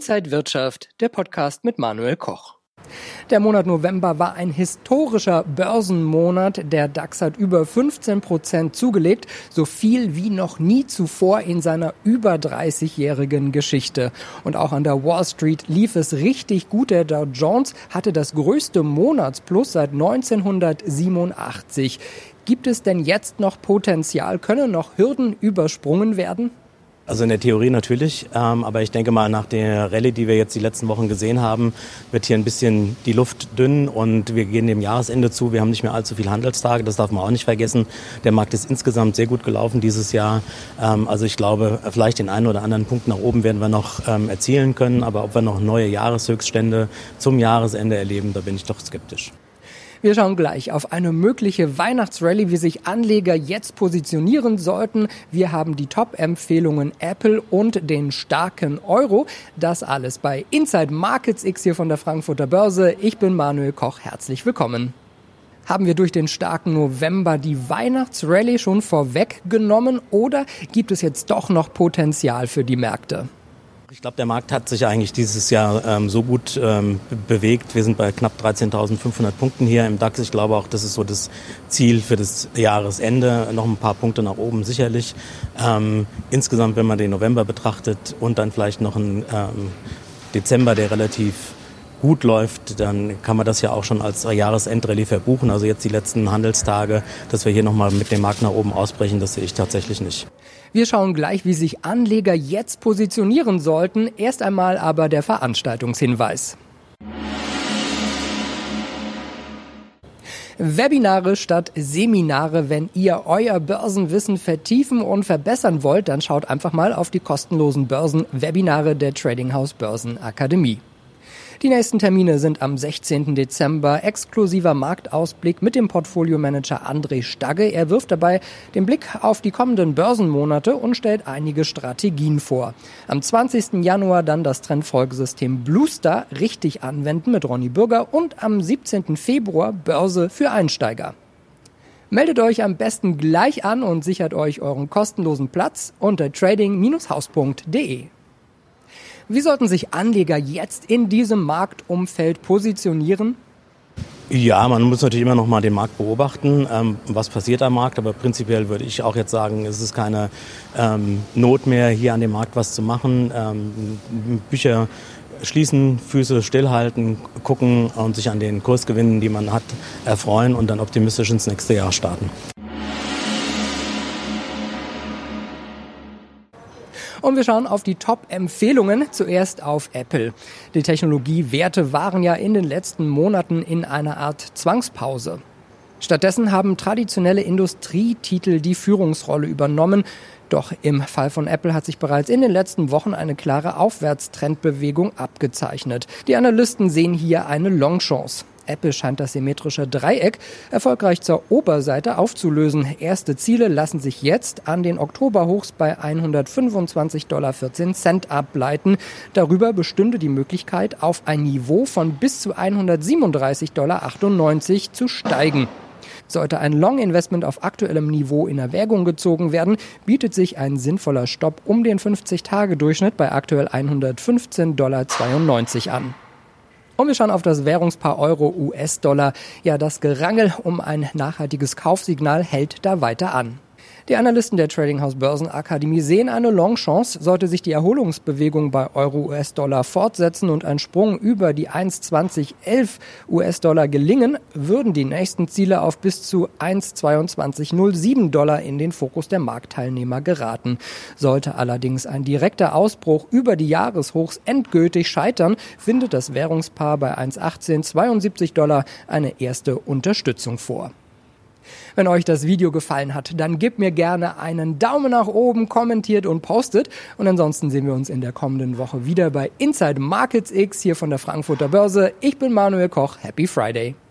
Inside Wirtschaft, der Podcast mit Manuel Koch. Der Monat November war ein historischer Börsenmonat. Der DAX hat über 15% zugelegt, so viel wie noch nie zuvor in seiner über 30-jährigen Geschichte. Und auch an der Wall Street lief es richtig gut. Der Dow Jones hatte das größte Monatsplus seit 1987. Gibt es denn jetzt noch Potenzial? Können noch Hürden übersprungen werden? Also in der Theorie natürlich, aber ich denke mal, nach der Rallye, die wir jetzt die letzten Wochen gesehen haben, wird hier ein bisschen die Luft dünn und wir gehen dem Jahresende zu. Wir haben nicht mehr allzu viele Handelstage, das darf man auch nicht vergessen. Der Markt ist insgesamt sehr gut gelaufen dieses Jahr. Also ich glaube, vielleicht den einen oder anderen Punkt nach oben werden wir noch erzielen können, aber ob wir noch neue Jahreshöchststände zum Jahresende erleben, da bin ich doch skeptisch. Wir schauen gleich auf eine mögliche Weihnachtsrallye, wie sich Anleger jetzt positionieren sollten. Wir haben die Top-Empfehlungen Apple und den starken Euro. Das alles bei Inside Markets X hier von der Frankfurter Börse. Ich bin Manuel Koch, herzlich willkommen. Haben wir durch den starken November die Weihnachtsrallye schon vorweggenommen oder gibt es jetzt doch noch Potenzial für die Märkte? Ich glaube, der Markt hat sich eigentlich dieses Jahr so gut bewegt. Wir sind bei knapp 13.500 Punkten hier im DAX. Ich glaube auch, das ist so das Ziel für das Jahresende. Noch ein paar Punkte nach oben sicherlich. Insgesamt, wenn man den November betrachtet und dann vielleicht noch einen Dezember, der relativ gut läuft, dann kann man das ja auch schon als Jahresendrallye verbuchen. Also jetzt die letzten Handelstage, dass wir hier nochmal mit dem Markt nach oben ausbrechen, das sehe ich tatsächlich nicht. Wir schauen gleich, wie sich Anleger jetzt positionieren sollten. Erst einmal aber der Veranstaltungshinweis. Webinare statt Seminare. Wenn ihr euer Börsenwissen vertiefen und verbessern wollt, dann schaut einfach mal auf die kostenlosen Börsenwebinare der Trading House Börsenakademie. Die nächsten Termine sind am 16. Dezember. Exklusiver Marktausblick mit dem Portfoliomanager André Stagge. Er wirft dabei den Blick auf die kommenden Börsenmonate und stellt einige Strategien vor. Am 20. Januar dann das Trendfolgesystem Bluestar richtig anwenden mit Ronny Bürger und am 17. Februar Börse für Einsteiger. Meldet euch am besten gleich an und sichert euch euren kostenlosen Platz unter trading-haus.de. Wie sollten sich Anleger jetzt in diesem Marktumfeld positionieren? Ja, man muss natürlich immer noch mal den Markt beobachten, was passiert am Markt. Aber prinzipiell würde ich auch jetzt sagen, es ist keine Not mehr, hier an dem Markt was zu machen. Bücher schließen, Füße stillhalten, gucken und sich an den Kursgewinnen, die man hat, erfreuen und dann optimistisch ins nächste Jahr starten. Und wir schauen auf die Top-Empfehlungen. Zuerst auf Apple. Die Technologiewerte waren ja in den letzten Monaten in einer Art Zwangspause. Stattdessen haben traditionelle Industrietitel die Führungsrolle übernommen. Doch im Fall von Apple hat sich bereits in den letzten Wochen eine klare Aufwärtstrendbewegung abgezeichnet. Die Analysten sehen hier eine Longchance. Apple scheint das symmetrische Dreieck erfolgreich zur Oberseite aufzulösen. Erste Ziele lassen sich jetzt an den Oktoberhochs bei $125,14 ableiten. Darüber bestünde die Möglichkeit, auf ein Niveau von bis zu $137,98 zu steigen. Sollte ein Long-Investment auf aktuellem Niveau in Erwägung gezogen werden, bietet sich ein sinnvoller Stopp um den 50-Tage-Durchschnitt bei aktuell $115,92 an. Und wir schauen auf das Währungspaar Euro-US-Dollar. Ja, das Gerangel um ein nachhaltiges Kaufsignal hält da weiter an. Die Analysten der Trading House Börsenakademie sehen eine Longchance. Sollte sich die Erholungsbewegung bei Euro-US-Dollar fortsetzen und ein Sprung über die 1,2011 US-Dollar gelingen, würden die nächsten Ziele auf bis zu 1,2207 Dollar in den Fokus der Marktteilnehmer geraten. Sollte allerdings ein direkter Ausbruch über die Jahreshochs endgültig scheitern, findet das Währungspaar bei 1,1872 Dollar eine erste Unterstützung vor. Wenn euch das Video gefallen hat, dann gebt mir gerne einen Daumen nach oben, kommentiert und postet. Und ansonsten sehen wir uns in der kommenden Woche wieder bei Inside Markets X hier von der Frankfurter Börse. Ich bin Manuel Koch. Happy Friday!